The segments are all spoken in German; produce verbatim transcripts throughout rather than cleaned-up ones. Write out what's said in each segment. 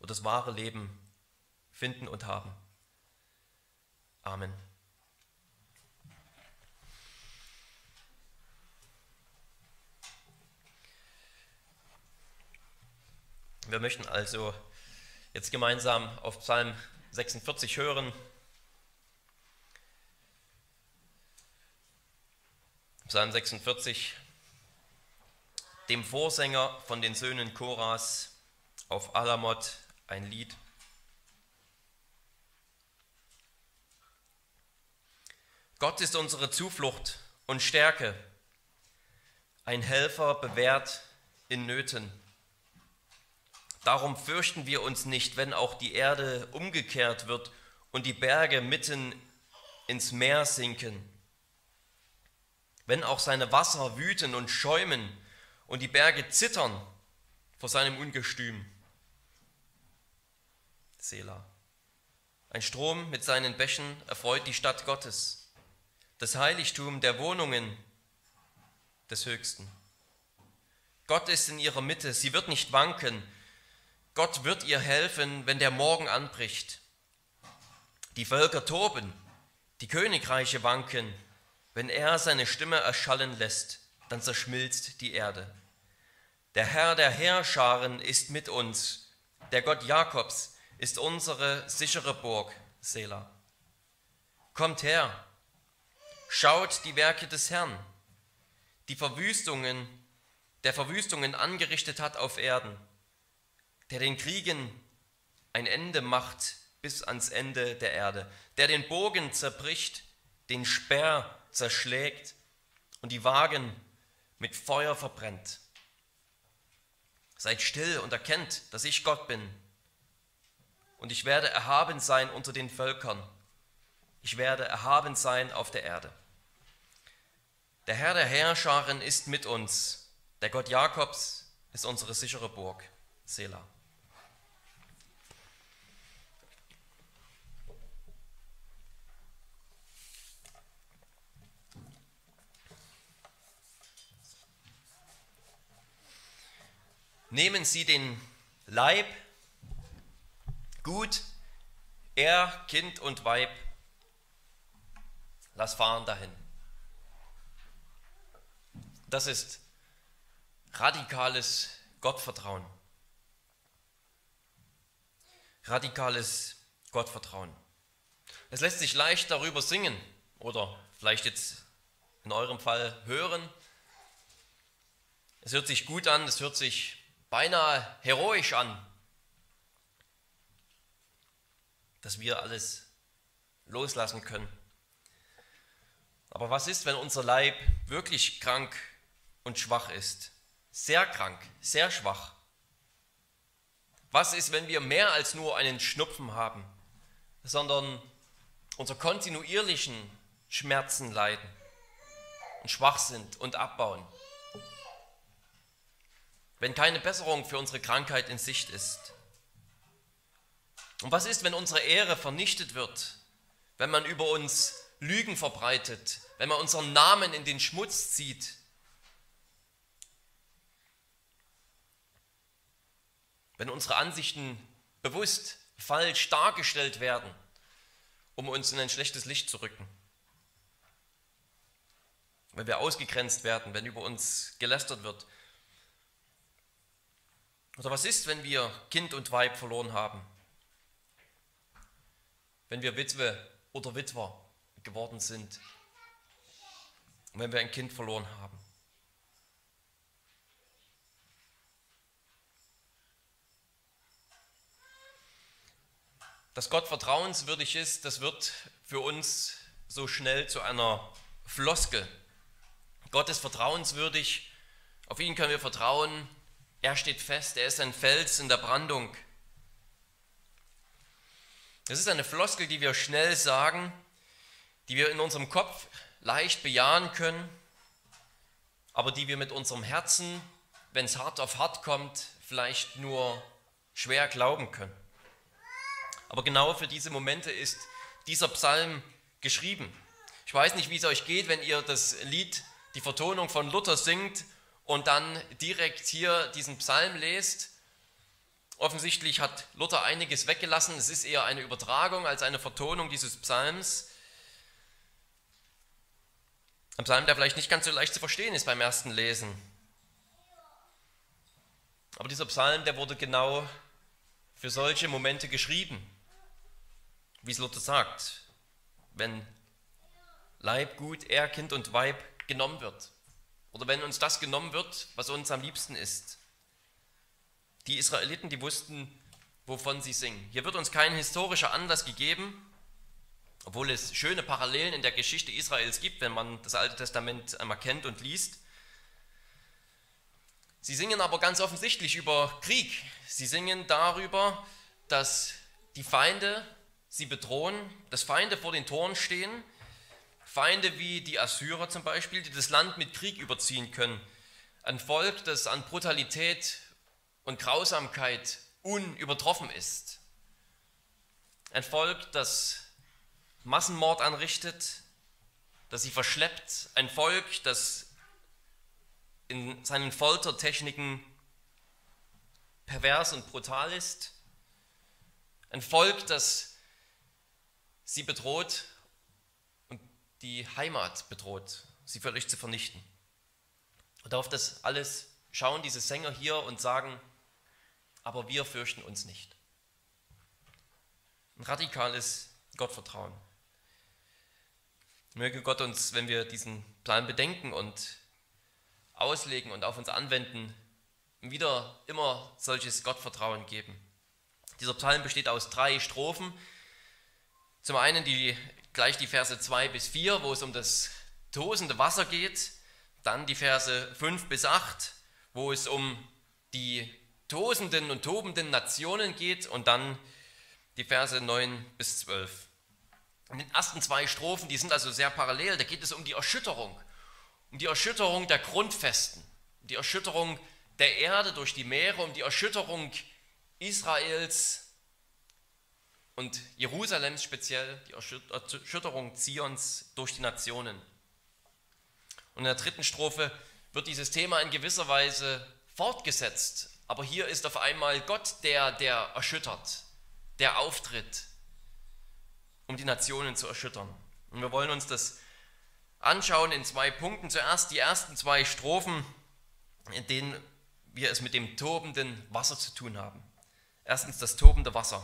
und das wahre Leben finden und haben. Amen. Wir möchten also jetzt gemeinsam auf Psalm sechsundvierzig hören. Psalm sechsundvierzig, dem Vorsänger von den Söhnen Koras auf Alamot ein Lied. Gott ist unsere Zuflucht und Stärke, ein Helfer bewährt in Nöten. Darum fürchten wir uns nicht, wenn auch die Erde umgekehrt wird und die Berge mitten ins Meer sinken. Wenn auch seine Wasser wüten und schäumen und die Berge zittern vor seinem Ungestüm. Selah. Ein Strom mit seinen Bächen erfreut die Stadt Gottes, das Heiligtum der Wohnungen des Höchsten. Gott ist in ihrer Mitte, sie wird nicht wanken. Gott wird ihr helfen, wenn der Morgen anbricht. Die Völker toben, die Königreiche wanken. Wenn er seine Stimme erschallen lässt, dann zerschmilzt die Erde. Der Herr der Heerscharen ist mit uns. Der Gott Jakobs ist unsere sichere Burg, Selah. Kommt her, schaut die Werke des Herrn, die Verwüstungen, der Verwüstungen angerichtet hat auf Erden, der den Kriegen ein Ende macht bis ans Ende der Erde, der den Bogen zerbricht, den Speer zerschlägt und die Wagen mit Feuer verbrennt. Seid still und erkennt, dass ich Gott bin. Und ich werde erhaben sein unter den Völkern. Ich werde erhaben sein auf der Erde. Der Herr der Heerscharen ist mit uns. Der Gott Jakobs ist unsere sichere Burg. Selah. Nehmen Sie den Leib, gut, er, Kind und Weib, lass fahren dahin. Das ist radikales Gottvertrauen. Radikales Gottvertrauen. Es lässt sich leicht darüber singen oder vielleicht jetzt in eurem Fall hören. Es hört sich gut an, es hört sich beinahe heroisch an, dass wir alles loslassen können. Aber was ist, wenn unser Leib wirklich krank und schwach ist? Sehr krank, sehr schwach. Was ist, wenn wir mehr als nur einen Schnupfen haben, sondern unter kontinuierlichen Schmerzen leiden und schwach sind und abbauen? Wenn keine Besserung für unsere Krankheit in Sicht ist? Und was ist, wenn unsere Ehre vernichtet wird, wenn man über uns Lügen verbreitet, wenn man unseren Namen in den Schmutz zieht? Wenn unsere Ansichten bewusst falsch dargestellt werden, um uns in ein schlechtes Licht zu rücken? Wenn wir ausgegrenzt werden, wenn über uns gelästert wird? Oder was ist, wenn wir Kind und Weib verloren haben? Wenn wir Witwe oder Witwer geworden sind? Und wenn wir ein Kind verloren haben? Dass Gott vertrauenswürdig ist, das wird für uns so schnell zu einer Floskel. Gott ist vertrauenswürdig, auf ihn können wir vertrauen. Er steht fest, er ist ein Fels in der Brandung. Das ist eine Floskel, die wir schnell sagen, die wir in unserem Kopf leicht bejahen können, aber die wir mit unserem Herzen, wenn es hart auf hart kommt, vielleicht nur schwer glauben können. Aber genau für diese Momente ist dieser Psalm geschrieben. Ich weiß nicht, wie es euch geht, wenn ihr das Lied, die Vertonung von Luther singt und dann direkt hier diesen Psalm lest Offensichtlich hat Luther einiges weggelassen. Es ist eher eine Übertragung als eine Vertonung dieses Psalms. Ein Psalm, der vielleicht nicht ganz so leicht zu verstehen ist beim ersten Lesen. Aber dieser Psalm, der wurde genau für solche Momente geschrieben, wie es Luther sagt, wenn Leib, Gut, Ehr, Kind und Weib genommen wird. Oder wenn uns das genommen wird, was uns am liebsten ist. Die Israeliten, die wussten, wovon sie singen. Hier wird uns kein historischer Anlass gegeben, obwohl es schöne Parallelen in der Geschichte Israels gibt, wenn man das Alte Testament einmal kennt und liest. Sie singen aber ganz offensichtlich über Krieg. Sie singen darüber, dass die Feinde sie bedrohen, dass Feinde vor den Toren stehen, Feinde wie die Assyrer zum Beispiel, die das Land mit Krieg überziehen können. Ein Volk, das an Brutalität und Grausamkeit unübertroffen ist. Ein Volk, das Massenmord anrichtet, das sie verschleppt. Ein Volk, das in seinen Foltertechniken pervers und brutal ist. Ein Volk, das sie bedroht und die Heimat bedroht, sie völlig zu vernichten. Und auf das alles schauen diese Sänger hier und sagen, aber wir fürchten uns nicht. Ein radikales Gottvertrauen. Möge Gott uns, wenn wir diesen Psalm bedenken und auslegen und auf uns anwenden, wieder immer solches Gottvertrauen geben. Dieser Psalm besteht aus drei Strophen. Zum einen die, gleich die Verse zwei bis vier, wo es um das tosende Wasser geht. Dann die Verse fünf bis acht, wo es um die tosenden und tobenden Nationen geht. Und dann die Verse neun bis zwölf. In den ersten zwei Strophen, die sind also sehr parallel, da geht es um die Erschütterung. Um die Erschütterung der Grundfesten, um die Erschütterung der Erde durch die Meere, um die Erschütterung Israels und Jerusalems speziell, die Erschütterung Zions durch die Nationen. Und in der dritten Strophe wird dieses Thema in gewisser Weise fortgesetzt, aber hier ist auf einmal Gott der, der erschüttert, der auftritt, um die Nationen zu erschüttern. Und wir wollen uns das anschauen in zwei Punkten. Zuerst die ersten zwei Strophen, in denen wir es mit dem tobenden Wasser zu tun haben. Erstens das tobende Wasser.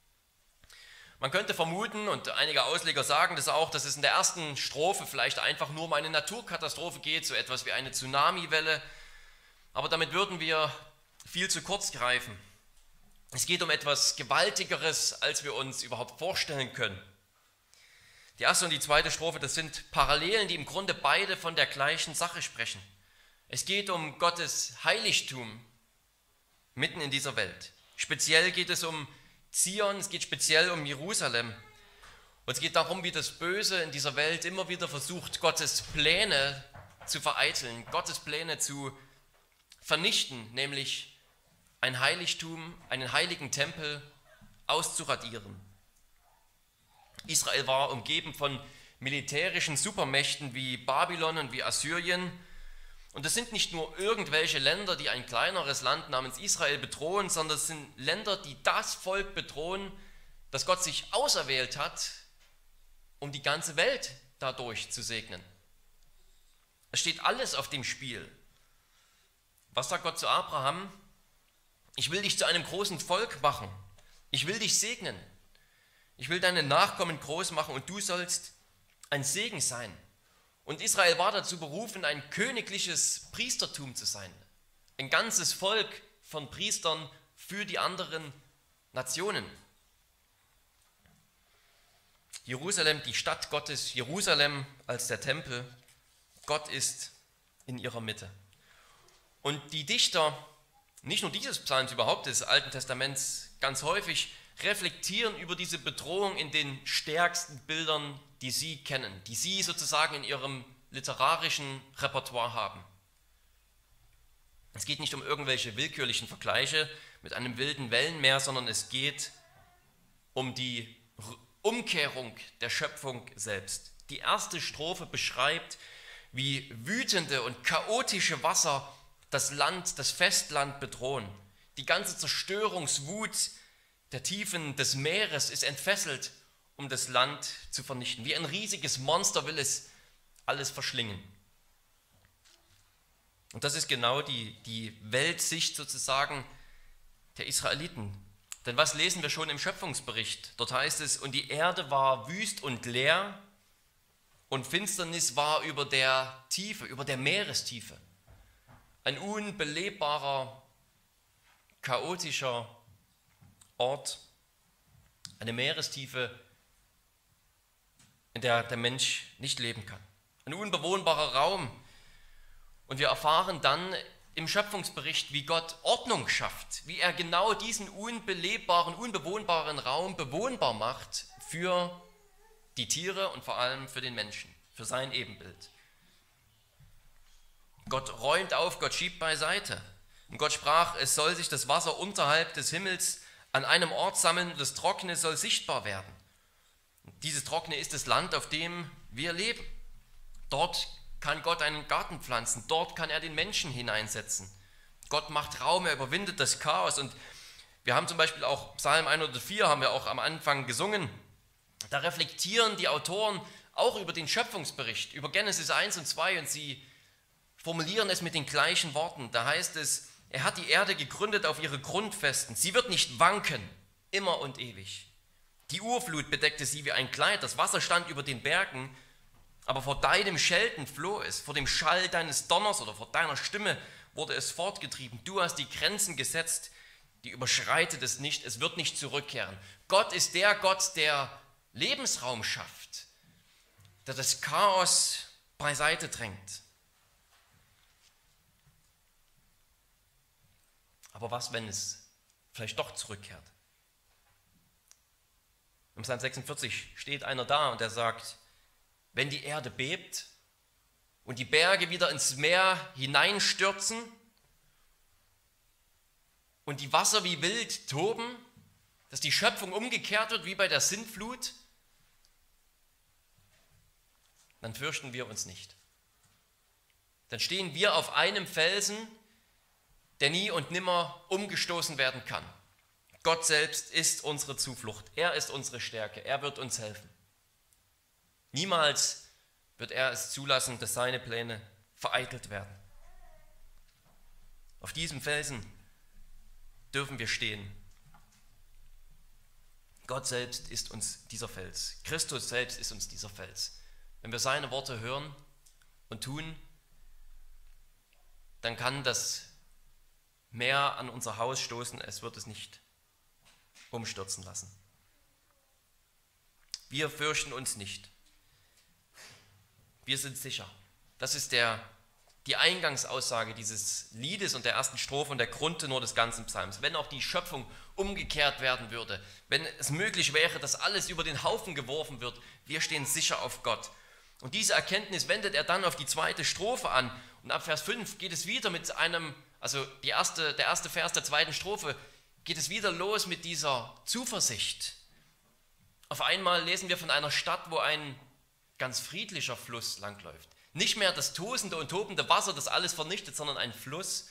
Man könnte vermuten, und einige Ausleger sagen das auch, dass es in der ersten Strophe vielleicht einfach nur um eine Naturkatastrophe geht, so etwas wie eine Tsunamiwelle. Aber damit würden wir viel zu kurz greifen. Es geht um etwas Gewaltigeres, als wir uns überhaupt vorstellen können. Die erste und die zweite Strophe, das sind Parallelen, die im Grunde beide von der gleichen Sache sprechen. Es geht um Gottes Heiligtum mitten in dieser Welt. Speziell geht es um Zion, es geht speziell um Jerusalem. Und es geht darum, wie das Böse in dieser Welt immer wieder versucht, Gottes Pläne zu vereiteln, Gottes Pläne zu vernichten, nämlich ein Heiligtum, einen heiligen Tempel auszuradieren. Israel war umgeben von militärischen Supermächten wie Babylon und wie Assyrien. Und es sind nicht nur irgendwelche Länder, die ein kleineres Land namens Israel bedrohen, sondern es sind Länder, die das Volk bedrohen, das Gott sich auserwählt hat, um die ganze Welt dadurch zu segnen. Es steht alles auf dem Spiel. Was sagt Gott zu Abraham? Ich will dich zu einem großen Volk machen. Ich will dich segnen. Ich will deine Nachkommen groß machen und du sollst ein Segen sein. Und Israel war dazu berufen, ein königliches Priestertum zu sein. Ein ganzes Volk von Priestern für die anderen Nationen. Jerusalem, die Stadt Gottes, Jerusalem als der Tempel. Gott ist in ihrer Mitte. Und die Dichter, nicht nur dieses Psalms, überhaupt des Alten Testaments, ganz häufig reflektieren über diese Bedrohung in den stärksten Bildern, die sie kennen, die sie sozusagen in ihrem literarischen Repertoire haben. Es geht nicht um irgendwelche willkürlichen Vergleiche mit einem wilden Wellenmeer, sondern es geht um die Umkehrung der Schöpfung selbst. Die erste Strophe beschreibt, wie wütende und chaotische Wasser das Land, das Festland bedrohen. Die ganze Zerstörungswut der Tiefen des Meeres ist entfesselt, um das Land zu vernichten. Wie ein riesiges Monster will es alles verschlingen. Und das ist genau die, die Weltsicht sozusagen der Israeliten. Denn was lesen wir schon im Schöpfungsbericht? Dort heißt es, und die Erde war wüst und leer und Finsternis war über der Tiefe, über der Meerestiefe. Ein unbelebbarer, chaotischer Ort, eine Meerestiefe, in der der Mensch nicht leben kann. Ein unbewohnbarer Raum. Und wir erfahren dann im Schöpfungsbericht, wie Gott Ordnung schafft, wie er genau diesen unbelebbaren, unbewohnbaren Raum bewohnbar macht für die Tiere und vor allem für den Menschen, für sein Ebenbild. Gott räumt auf, Gott schiebt beiseite. Und Gott sprach, es soll sich das Wasser unterhalb des Himmels an einem Ort sammeln, das Trockene soll sichtbar werden. Und dieses Trockene ist das Land, auf dem wir leben. Dort kann Gott einen Garten pflanzen, dort kann er den Menschen hineinsetzen. Gott macht Raum, er überwindet das Chaos. Und wir haben zum Beispiel auch Psalm hundertvier, haben wir auch am Anfang gesungen. Da reflektieren die Autoren auch über den Schöpfungsbericht, über Genesis eins und zwei, und sie formulieren es mit den gleichen Worten. Da heißt es, er hat die Erde gegründet auf ihre Grundfesten. Sie wird nicht wanken, immer und ewig. Die Urflut bedeckte sie wie ein Kleid, das Wasser stand über den Bergen, aber vor deinem Schelten floh es, vor dem Schall deines Donners oder vor deiner Stimme wurde es fortgetrieben. Du hast die Grenzen gesetzt, die überschreitet es nicht, es wird nicht zurückkehren. Gott ist der Gott, der Lebensraum schafft, der das Chaos beiseite drängt. Aber was, wenn es vielleicht doch zurückkehrt? Im Psalm sechsundvierzig steht einer da und der sagt, wenn die Erde bebt und die Berge wieder ins Meer hineinstürzen und die Wasser wie wild toben, dass die Schöpfung umgekehrt wird wie bei der Sintflut, dann fürchten wir uns nicht. Dann stehen wir auf einem Felsen, der nie und nimmer umgestoßen werden kann. Gott selbst ist unsere Zuflucht, er ist unsere Stärke, er wird uns helfen. Niemals wird er es zulassen, dass seine Pläne vereitelt werden. Auf diesem Felsen dürfen wir stehen. Gott selbst ist uns dieser Fels. Christus selbst ist uns dieser Fels. Wenn wir seine Worte hören und tun, dann kann das Meer an unser Haus stoßen, es wird es nicht umstürzen lassen. Wir fürchten uns nicht. Wir sind sicher. Das ist der, die Eingangsaussage dieses Liedes und der ersten Strophe und der Grundtenor des ganzen Psalms. Wenn auch die Schöpfung umgekehrt werden würde, wenn es möglich wäre, dass alles über den Haufen geworfen wird, wir stehen sicher auf Gott. Und diese Erkenntnis wendet er dann auf die zweite Strophe an. Und ab Vers fünf geht es wieder mit einem, also die erste, der erste Vers der zweiten Strophe, geht es wieder los mit dieser Zuversicht. Auf einmal lesen wir von einer Stadt, wo ein ganz friedlicher Fluss langläuft. Nicht mehr das tosende und tobende Wasser, das alles vernichtet, sondern ein Fluss,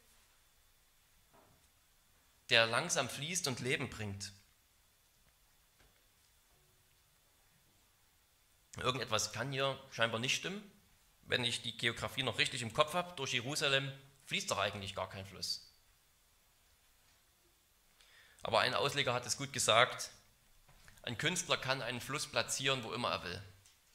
der langsam fließt und Leben bringt. Irgendetwas kann hier scheinbar nicht stimmen. Wenn ich die Geografie noch richtig im Kopf habe, durch Jerusalem fließt doch eigentlich gar kein Fluss. Aber ein Ausleger hat es gut gesagt, ein Künstler kann einen Fluss platzieren, wo immer er will.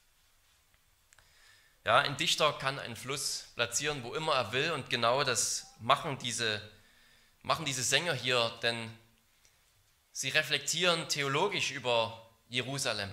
Ja, ein Dichter kann einen Fluss platzieren, wo immer er will, und genau das machen diese, machen diese Sänger hier, denn sie reflektieren theologisch über Jerusalem.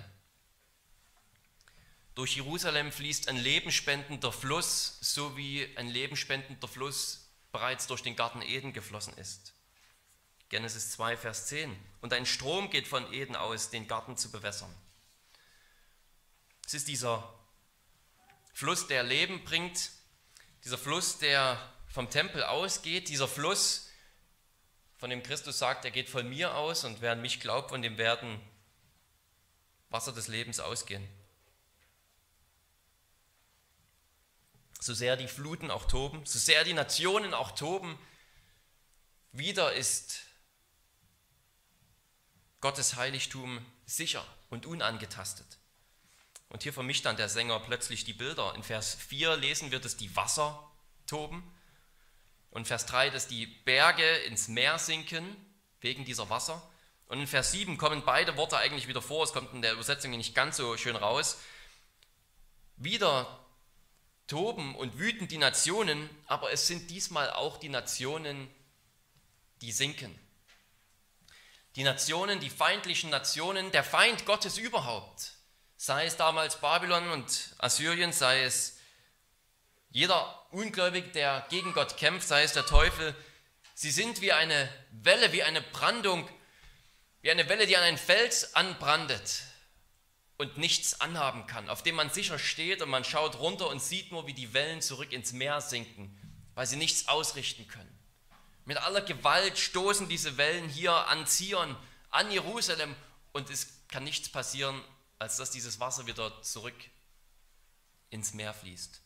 Durch Jerusalem fließt ein lebenspendender Fluss, so wie ein lebenspendender Fluss bereits durch den Garten Eden geflossen ist. Genesis zwei, Vers zehn. Und ein Strom geht von Eden aus, den Garten zu bewässern. Es ist dieser Fluss, der Leben bringt, dieser Fluss, der vom Tempel ausgeht, dieser Fluss, von dem Christus sagt, er geht von mir aus, und wer an mich glaubt, von dem werden Wasser des Lebens ausgehen. So sehr die Fluten auch toben, so sehr die Nationen auch toben, Wieder ist Gottes Heiligtum sicher und unangetastet. Und hier vermischt dann der Sänger plötzlich die Bilder. In Vers vier lesen wir, dass die Wasser toben. Und Vers drei, dass die Berge ins Meer sinken wegen dieser Wasser. Und in Vers sieben kommen beide Worte eigentlich wieder vor. Es kommt in der Übersetzung nicht ganz so schön raus. Wieder toben und wüten die Nationen, aber es sind diesmal auch die Nationen, die sinken. Die Nationen, die feindlichen Nationen, der Feind Gottes überhaupt. Sei es damals Babylon und Assyrien, sei es jeder Ungläubige, der gegen Gott kämpft, sei es der Teufel. Sie sind wie eine Welle, wie eine Brandung, wie eine Welle, die an einen Fels anbrandet und nichts anhaben kann, auf dem man sicher steht und man schaut runter und sieht nur, wie die Wellen zurück ins Meer sinken, weil sie nichts ausrichten können. Mit aller Gewalt stoßen diese Wellen hier an Zion, an Jerusalem und es kann nichts passieren, als dass dieses Wasser wieder zurück ins Meer fließt.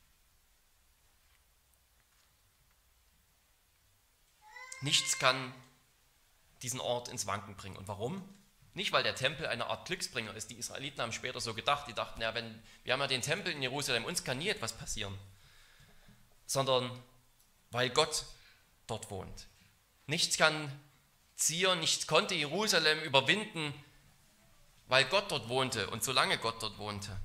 Nichts kann diesen Ort ins Wanken bringen. Und warum? Nicht, weil der Tempel eine Art Glücksbringer ist. Die Israeliten haben später so gedacht, die dachten, ja, wenn, wir haben ja den Tempel in Jerusalem, uns kann nie etwas passieren. Sondern weil Gott dort wohnt. Nichts kann Zion, nichts konnte Jerusalem überwinden, weil Gott dort wohnte und solange Gott dort wohnte.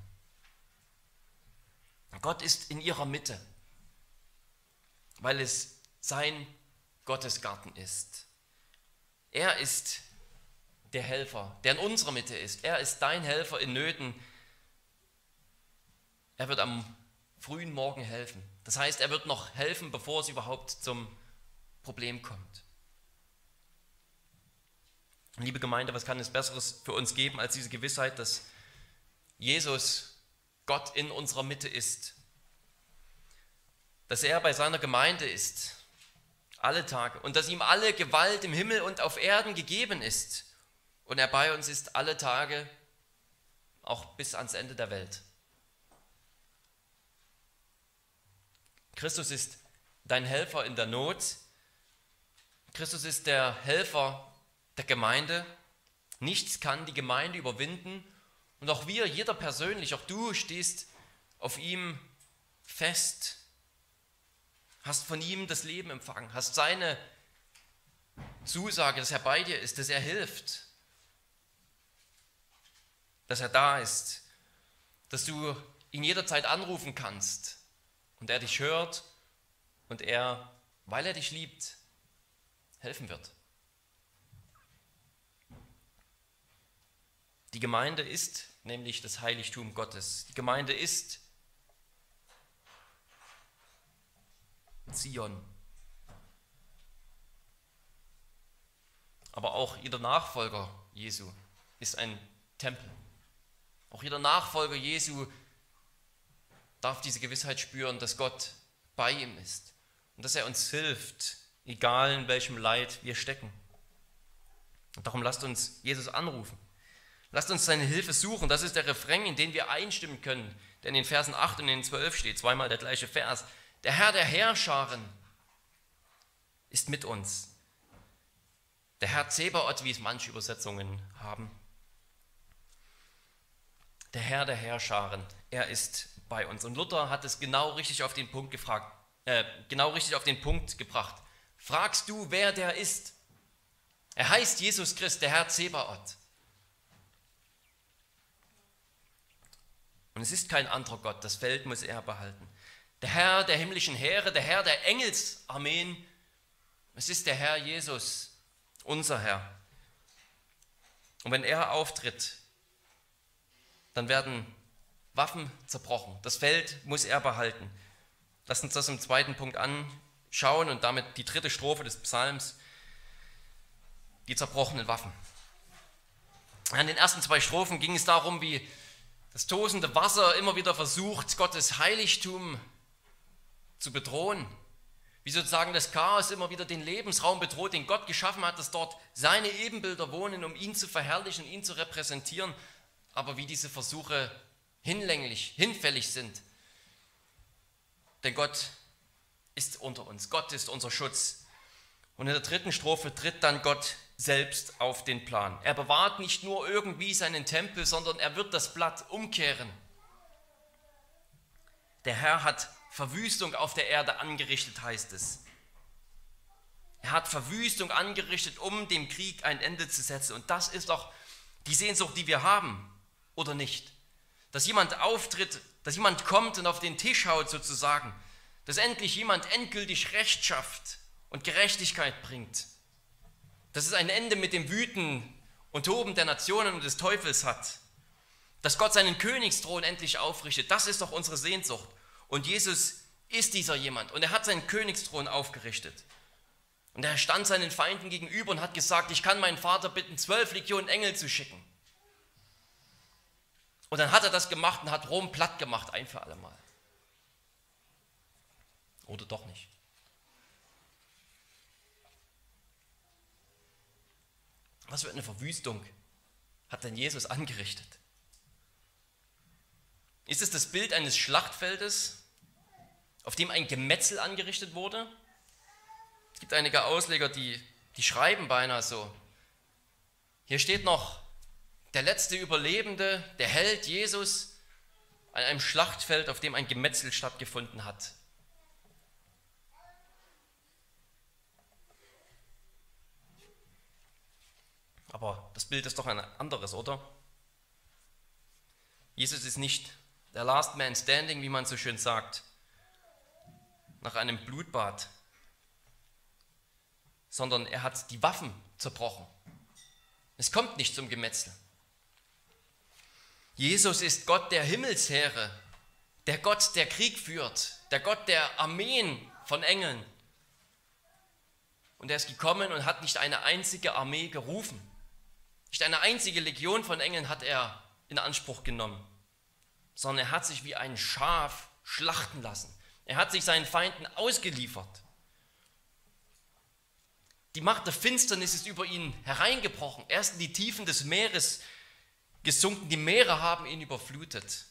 Gott ist in ihrer Mitte, weil es sein Gottesgarten ist. Er ist der Helfer, der in unserer Mitte ist. Er ist dein Helfer in Nöten. Er wird am frühen Morgen helfen. Das heißt, er wird noch helfen, bevor es überhaupt zum Problem kommt. Liebe Gemeinde, was kann es Besseres für uns geben als diese Gewissheit, dass Jesus Gott in unserer Mitte ist, dass er bei seiner Gemeinde ist, alle Tage, und dass ihm alle Gewalt im Himmel und auf Erden gegeben ist und er bei uns ist alle Tage, auch bis ans Ende der Welt. Christus ist dein Helfer in der Not. Christus ist der Helfer der Gemeinde. Nichts kann die Gemeinde überwinden. Und auch wir, jeder persönlich, auch du stehst auf ihm fest, hast von ihm das Leben empfangen, hast seine Zusage, dass er bei dir ist, dass er hilft, dass er da ist, dass du ihn jederzeit anrufen kannst und er dich hört und er, weil er dich liebt, helfen wird. Die Gemeinde ist nämlich das Heiligtum Gottes. Die Gemeinde ist Zion. Aber auch jeder Nachfolger Jesu ist ein Tempel. Auch jeder Nachfolger Jesu darf diese Gewissheit spüren, dass Gott bei ihm ist und dass er uns hilft, egal in welchem Leid wir stecken. Und darum lasst uns Jesus anrufen. Lasst uns seine Hilfe suchen. Das ist der Refrain, in den wir einstimmen können. Der in den Versen acht und in den zwölf steht, zweimal der gleiche Vers. Der Herr der Heerscharen ist mit uns. Der Herr Zebaoth, wie es manche Übersetzungen haben. Der Herr der Heerscharen, er ist bei uns. Und Luther hat es genau richtig auf den Punkt gefragt, äh, genau richtig auf den Punkt gebracht. Fragst du, wer der ist? Er heißt Jesus Christ, der Herr Zebaoth. Und es ist kein anderer Gott, das Feld muss er behalten. Der Herr der himmlischen Heere, der Herr der Engelsarmeen, es ist der Herr Jesus, unser Herr. Und wenn er auftritt, dann werden Waffen zerbrochen. Das Feld muss er behalten. Lass uns das im zweiten Punkt anschauen und damit die dritte Strophe des Psalms, die zerbrochenen Waffen. In den ersten zwei Strophen ging es darum, wie das tosende Wasser immer wieder versucht, Gottes Heiligtum zu bedrohen. Wie sozusagen das Chaos immer wieder den Lebensraum bedroht, den Gott geschaffen hat, dass dort seine Ebenbilder wohnen, um ihn zu verherrlichen, ihn zu repräsentieren. Aber wie diese Versuche hinlänglich, hinfällig sind. Denn Gott ist unter uns. Gott ist unser Schutz. Und in der dritten Strophe tritt dann Gott selbst auf den Plan. Er bewahrt nicht nur irgendwie seinen Tempel, sondern er wird das Blatt umkehren. Der Herr hat Verwüstung auf der Erde angerichtet, heißt es. Er hat Verwüstung angerichtet, um dem Krieg ein Ende zu setzen. Und das ist doch die Sehnsucht, die wir haben, oder nicht? Dass jemand auftritt, dass jemand kommt und auf den Tisch haut sozusagen. Dass endlich jemand endgültig Recht schafft und Gerechtigkeit bringt. Dass es ein Ende mit dem Wüten und Toben der Nationen und des Teufels hat. Dass Gott seinen Königsthron endlich aufrichtet. Das ist doch unsere Sehnsucht. Und Jesus ist dieser jemand. Und er hat seinen Königsthron aufgerichtet. Und er stand seinen Feinden gegenüber und hat gesagt, ich kann meinen Vater bitten, zwölf Legionen Engel zu schicken. Und dann hat er das gemacht und hat Rom platt gemacht, ein für alle Mal. Oder doch nicht. Was für eine Verwüstung hat denn Jesus angerichtet? Ist es das Bild eines Schlachtfeldes, auf dem ein Gemetzel angerichtet wurde? Es gibt einige Ausleger, die, die schreiben beinahe so. Hier steht noch, der letzte Überlebende, der Held Jesus, an einem Schlachtfeld, auf dem ein Gemetzel stattgefunden hat. Aber das Bild ist doch ein anderes, oder? Jesus ist nicht der Last Man Standing, wie man so schön sagt, nach einem Blutbad, sondern er hat die Waffen zerbrochen. Es kommt nicht zum Gemetzel. Jesus ist Gott der Himmelsheere, der Gott, der Krieg führt, der Gott der Armeen von Engeln. Und er ist gekommen und hat nicht eine einzige Armee gerufen. Nicht eine einzige Legion von Engeln hat er in Anspruch genommen, sondern er hat sich wie ein Schaf schlachten lassen. Er hat sich seinen Feinden ausgeliefert. Die Macht der Finsternis ist über ihn hereingebrochen. Er ist in die Tiefen des Meeres gesunken. Die Meere haben ihn überflutet.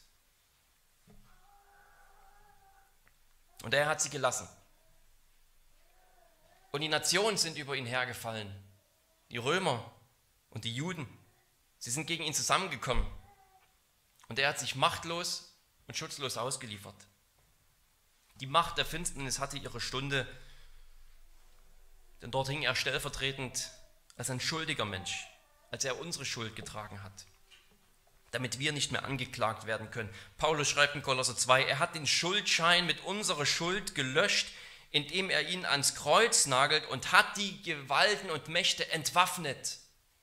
Und er hat sie gelassen. Und die Nationen sind über ihn hergefallen. Die Römer und die Juden. Sie sind gegen ihn zusammengekommen. Und er hat sich machtlos und schutzlos ausgeliefert. Die Macht der Finsternis hatte ihre Stunde, denn dort hing er stellvertretend als ein schuldiger Mensch, als er unsere Schuld getragen hat, damit wir nicht mehr angeklagt werden können. Paulus schreibt in Kolosser zwei, er hat den Schuldschein mit unserer Schuld gelöscht, indem er ihn ans Kreuz nagelt und hat die Gewalten und Mächte entwaffnet.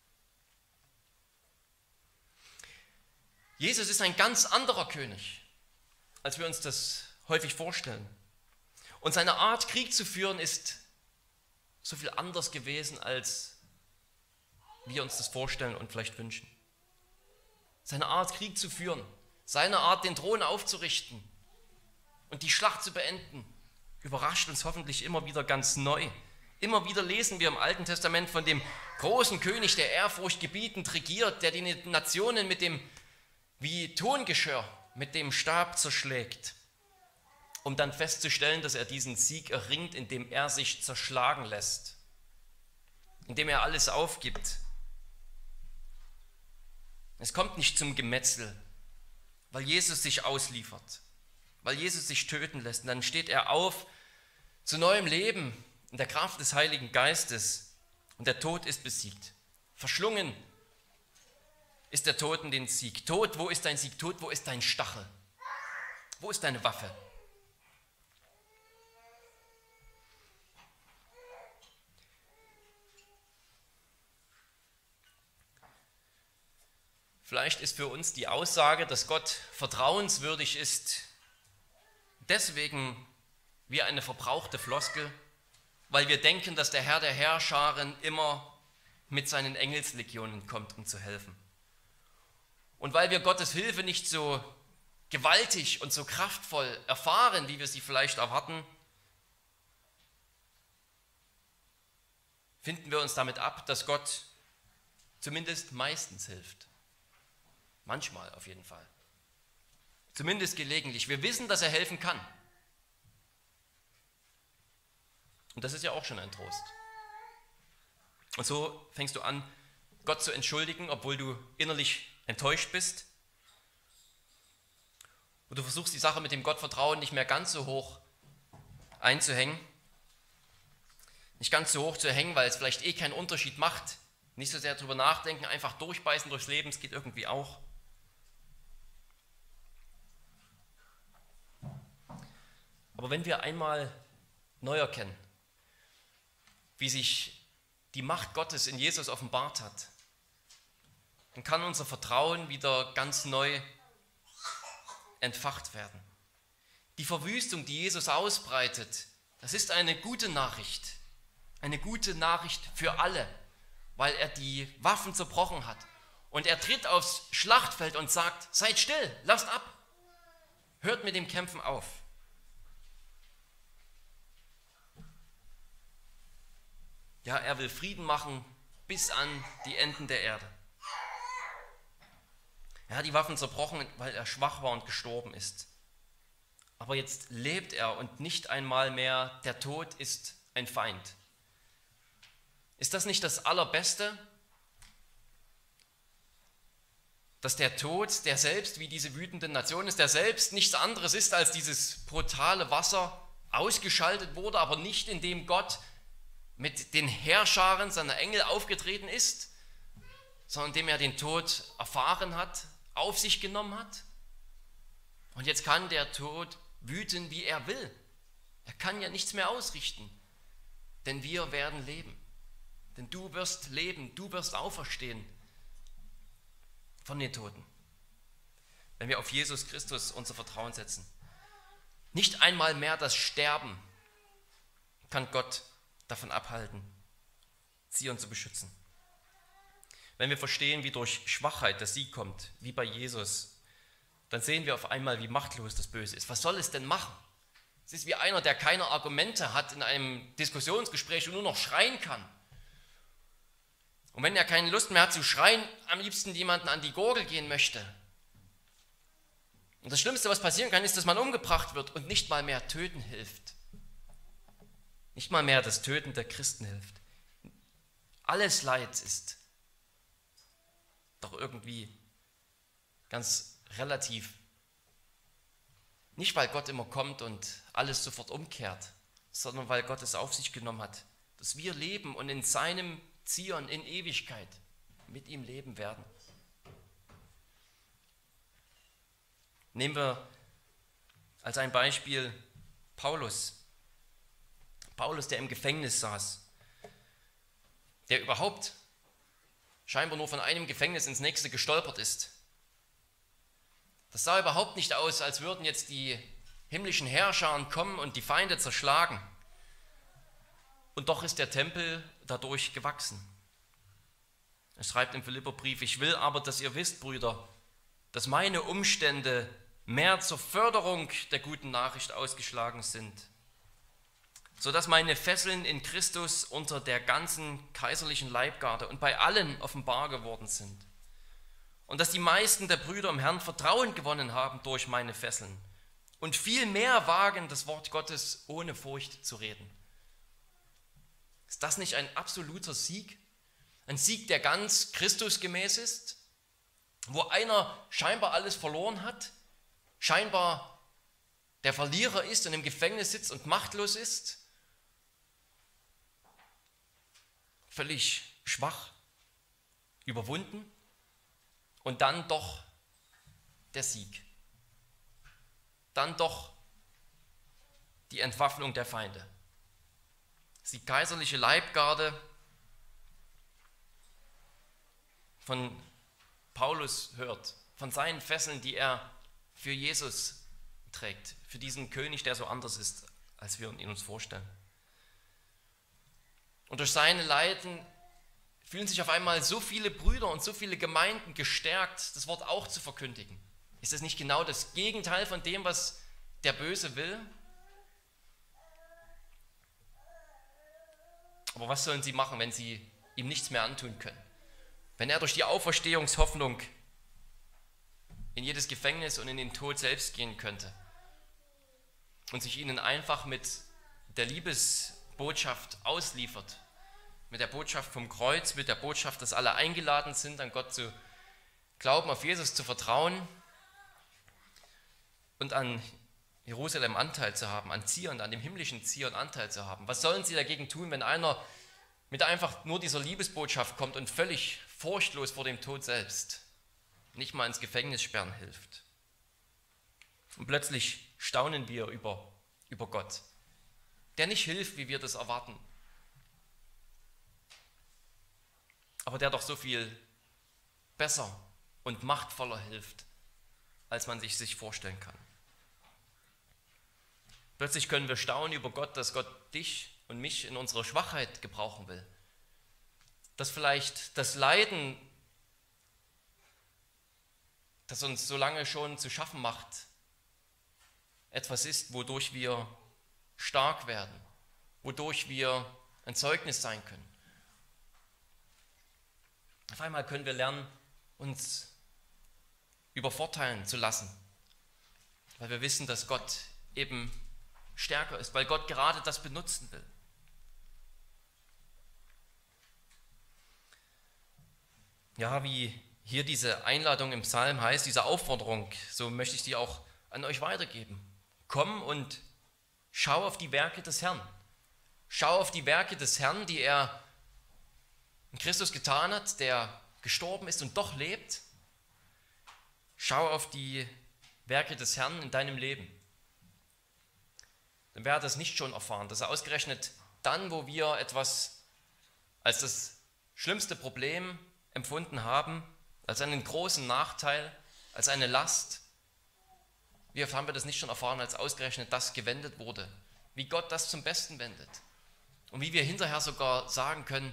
Jesus ist ein ganz anderer König, als wir uns das häufig vorstellen. Und seine Art, Krieg zu führen, ist so viel anders gewesen, als wir uns das vorstellen und vielleicht wünschen. Seine Art, Krieg zu führen, seine Art, den Thron aufzurichten und die Schlacht zu beenden, überrascht uns hoffentlich immer wieder ganz neu. Immer wieder lesen wir im Alten Testament von dem großen König, der ehrfurchtgebietend regiert, der die Nationen mit dem wie Tongeschirr mit dem Stab zerschlägt, um dann festzustellen, dass er diesen Sieg erringt, indem er sich zerschlagen lässt, indem er alles aufgibt. Es kommt nicht zum Gemetzel, weil Jesus sich ausliefert, weil Jesus sich töten lässt. Und dann steht er auf zu neuem Leben in der Kraft des Heiligen Geistes und der Tod ist besiegt. Verschlungen ist der Toten den Sieg. Tod, wo ist dein Sieg? Tod, wo ist dein Stachel? Wo ist deine Waffe? Vielleicht ist für uns die Aussage, dass Gott vertrauenswürdig ist, deswegen wie eine verbrauchte Floskel, weil wir denken, dass der Herr der Heerscharen immer mit seinen Engelslegionen kommt, um zu helfen. Und weil wir Gottes Hilfe nicht so gewaltig und so kraftvoll erfahren, wie wir sie vielleicht erwarten, finden wir uns damit ab, dass Gott zumindest meistens hilft. Manchmal auf jeden Fall. Zumindest gelegentlich. Wir wissen, dass er helfen kann. Und das ist ja auch schon ein Trost. Und so fängst du an, Gott zu entschuldigen, obwohl du innerlich enttäuscht bist. Und du versuchst die Sache mit dem Gottvertrauen nicht mehr ganz so hoch einzuhängen. Nicht ganz so hoch zu hängen, weil es vielleicht eh keinen Unterschied macht. Nicht so sehr drüber nachdenken, einfach durchbeißen durchs Leben, es geht irgendwie auch. Aber wenn wir einmal neu erkennen, wie sich die Macht Gottes in Jesus offenbart hat, dann kann unser Vertrauen wieder ganz neu entfacht werden. Die Verwüstung, die Jesus ausbreitet, das ist eine gute Nachricht. Eine gute Nachricht für alle, weil er die Waffen zerbrochen hat. Und er tritt aufs Schlachtfeld und sagt, seid still, lasst ab, hört mit dem Kämpfen auf. Ja, er will Frieden machen bis an die Enden der Erde. Er hat die Waffen zerbrochen, weil er schwach war und gestorben ist. Aber jetzt lebt er und nicht einmal mehr der Tod ist ein Feind. Ist das nicht das Allerbeste? Dass der Tod, der selbst wie diese wütende Nation ist, der selbst nichts anderes ist als dieses brutale Wasser, ausgeschaltet wurde, aber nicht indem Gott mit den Heerscharen seiner Engel aufgetreten ist, sondern indem er den Tod erfahren hat, auf sich genommen hat. Und jetzt kann der Tod wüten, wie er will. Er kann ja nichts mehr ausrichten, denn wir werden leben. Denn du wirst leben, du wirst auferstehen von den Toten, wenn wir auf Jesus Christus unser Vertrauen setzen. Nicht einmal mehr das Sterben kann Gott davon abhalten, Zion zu beschützen. Wenn wir verstehen, wie durch Schwachheit der Sieg kommt, wie bei Jesus, dann sehen wir auf einmal, wie machtlos das Böse ist. Was soll es denn machen? Es ist wie einer, der keine Argumente hat in einem Diskussionsgespräch und nur noch schreien kann. Und wenn er keine Lust mehr hat zu schreien, am liebsten jemanden an die Gurgel gehen möchte. Und das Schlimmste, was passieren kann, ist, dass man umgebracht wird und nicht mal mehr töten hilft. Nicht mal mehr das Töten der Christen hilft. Alles Leid ist doch irgendwie ganz relativ. Nicht, weil Gott immer kommt und alles sofort umkehrt, sondern weil Gott es auf sich genommen hat, dass wir leben und in seinem Zion in Ewigkeit mit ihm leben werden. Nehmen wir als ein Beispiel Paulus. Paulus, der im Gefängnis saß, der überhaupt scheinbar nur von einem Gefängnis ins nächste gestolpert ist. Das sah überhaupt nicht aus, als würden jetzt die himmlischen Heerscharen kommen und die Feinde zerschlagen. Und doch ist der Tempel dadurch gewachsen. Er schreibt im Philipperbrief, ich will aber, dass ihr wisst, Brüder, dass meine Umstände mehr zur Förderung der guten Nachricht ausgeschlagen sind, sodass meine Fesseln in Christus unter der ganzen kaiserlichen Leibgarde und bei allen offenbar geworden sind. Und dass die meisten der Brüder im Herrn Vertrauen gewonnen haben durch meine Fesseln und viel mehr wagen, das Wort Gottes ohne Furcht zu reden. Ist das nicht ein absoluter Sieg? Ein Sieg, der ganz Christusgemäß ist? Wo einer scheinbar alles verloren hat, scheinbar der Verlierer ist und im Gefängnis sitzt und machtlos ist, völlig schwach, überwunden und dann doch der Sieg. Dann doch die Entwaffnung der Feinde. Die kaiserliche Leibgarde von Paulus hört, von seinen Fesseln, die er für Jesus trägt, für diesen König, der so anders ist, als wir ihn uns vorstellen. Und durch seine Leiden fühlen sich auf einmal so viele Brüder und so viele Gemeinden gestärkt, das Wort auch zu verkündigen. Ist das nicht genau das Gegenteil von dem, was der Böse will? Aber was sollen sie machen, wenn sie ihm nichts mehr antun können? Wenn er durch die Auferstehungshoffnung in jedes Gefängnis und in den Tod selbst gehen könnte und sich ihnen einfach mit der Liebesbotschaft ausliefert, mit der Botschaft vom Kreuz, mit der Botschaft, dass alle eingeladen sind, an Gott zu glauben, auf Jesus zu vertrauen und an Jerusalem Anteil zu haben, an Zion, an dem himmlischen Zion Anteil zu haben. Was sollen sie dagegen tun, wenn einer mit einfach nur dieser Liebesbotschaft kommt und völlig furchtlos vor dem Tod selbst nicht mal ins Gefängnis sperren hilft? Und plötzlich staunen wir über, über Gott, der nicht hilft, wie wir das erwarten, aber der doch so viel besser und machtvoller hilft, als man sich, sich vorstellen kann. Plötzlich können wir staunen über Gott, dass Gott dich und mich in unserer Schwachheit gebrauchen will. Dass vielleicht das Leiden, das uns so lange schon zu schaffen macht, etwas ist, wodurch wir stark werden, wodurch wir ein Zeugnis sein können. Auf einmal können wir lernen, uns übervorteilen zu lassen, weil wir wissen, dass Gott eben stärker ist, weil Gott gerade das benutzen will. Ja, wie hier diese Einladung im Psalm heißt, diese Aufforderung, so möchte ich die auch an euch weitergeben. Komm und schau auf die Werke des Herrn. Schau auf die Werke des Herrn, die er in Christus getan hat, der gestorben ist und doch lebt. Schau auf die Werke des Herrn in deinem Leben. Denn wer hat das nicht schon erfahren, dass er ausgerechnet dann, wo wir etwas als das schlimmste Problem empfunden haben, als einen großen Nachteil, als eine Last, wie oft haben wir das nicht schon erfahren, als ausgerechnet das gewendet wurde, wie Gott das zum Besten wendet und wie wir hinterher sogar sagen können,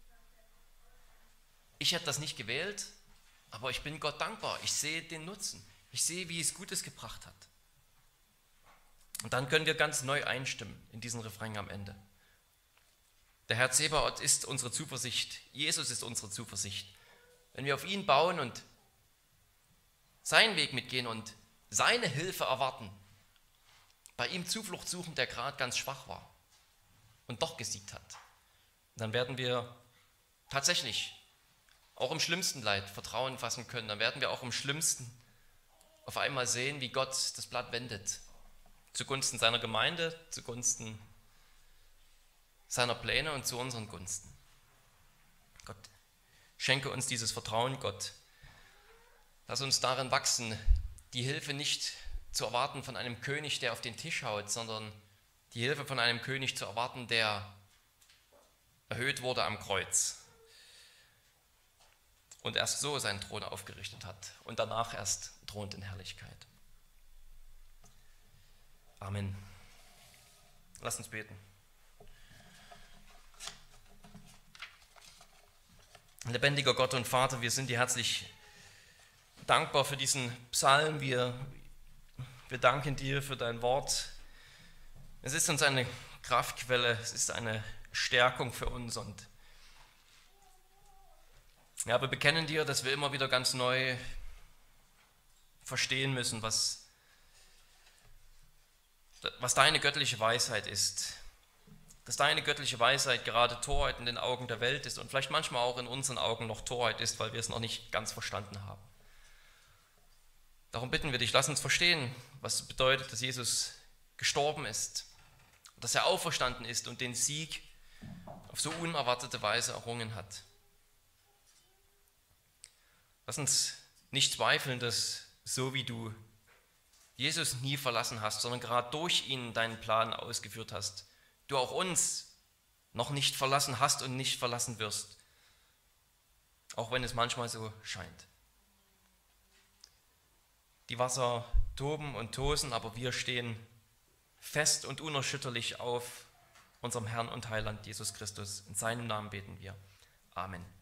ich hätte das nicht gewählt, aber ich bin Gott dankbar, ich sehe den Nutzen, ich sehe, wie es Gutes gebracht hat. Und dann können wir ganz neu einstimmen in diesen Refrain am Ende. Der Herr Zebaoth ist unsere Zuversicht, Jesus ist unsere Zuversicht. Wenn wir auf ihn bauen und seinen Weg mitgehen und seine Hilfe erwarten, bei ihm Zuflucht suchen, der gerade ganz schwach war und doch gesiegt hat, dann werden wir tatsächlich auch im schlimmsten Leid Vertrauen fassen können. Dann werden wir auch im Schlimmsten auf einmal sehen, wie Gott das Blatt wendet. Zugunsten seiner Gemeinde, zugunsten seiner Pläne und zu unseren Gunsten. Gott, schenke uns dieses Vertrauen, Gott. Lass uns darin wachsen, die Hilfe nicht zu erwarten von einem König, der auf den Tisch haut, sondern die Hilfe von einem König zu erwarten, der erhöht wurde am Kreuz und erst so seinen Thron aufgerichtet hat und danach erst thront in Herrlichkeit. Amen. Lasst uns beten. Lebendiger Gott und Vater, wir sind dir herzlich dankbar für diesen Psalm. Wir, wir danken dir für dein Wort. Es ist uns eine Kraftquelle, es ist eine Stärkung für uns. Und ja, wir bekennen dir, dass wir immer wieder ganz neu verstehen müssen, was, was deine göttliche Weisheit ist. Dass deine göttliche Weisheit gerade Torheit in den Augen der Welt ist und vielleicht manchmal auch in unseren Augen noch Torheit ist, weil wir es noch nicht ganz verstanden haben. Darum bitten wir dich, lass uns verstehen, was es bedeutet, dass Jesus gestorben ist, dass er auferstanden ist und den Sieg auf so unerwartete Weise errungen hat. Lass uns nicht zweifeln, dass so wie du Jesus nie verlassen hast, sondern gerade durch ihn deinen Plan ausgeführt hast, du auch uns noch nicht verlassen hast und nicht verlassen wirst, auch wenn es manchmal so scheint. Die Wasser toben und tosen, aber wir stehen fest und unerschütterlich auf unserem Herrn und Heiland Jesus Christus. In seinem Namen beten wir. Amen.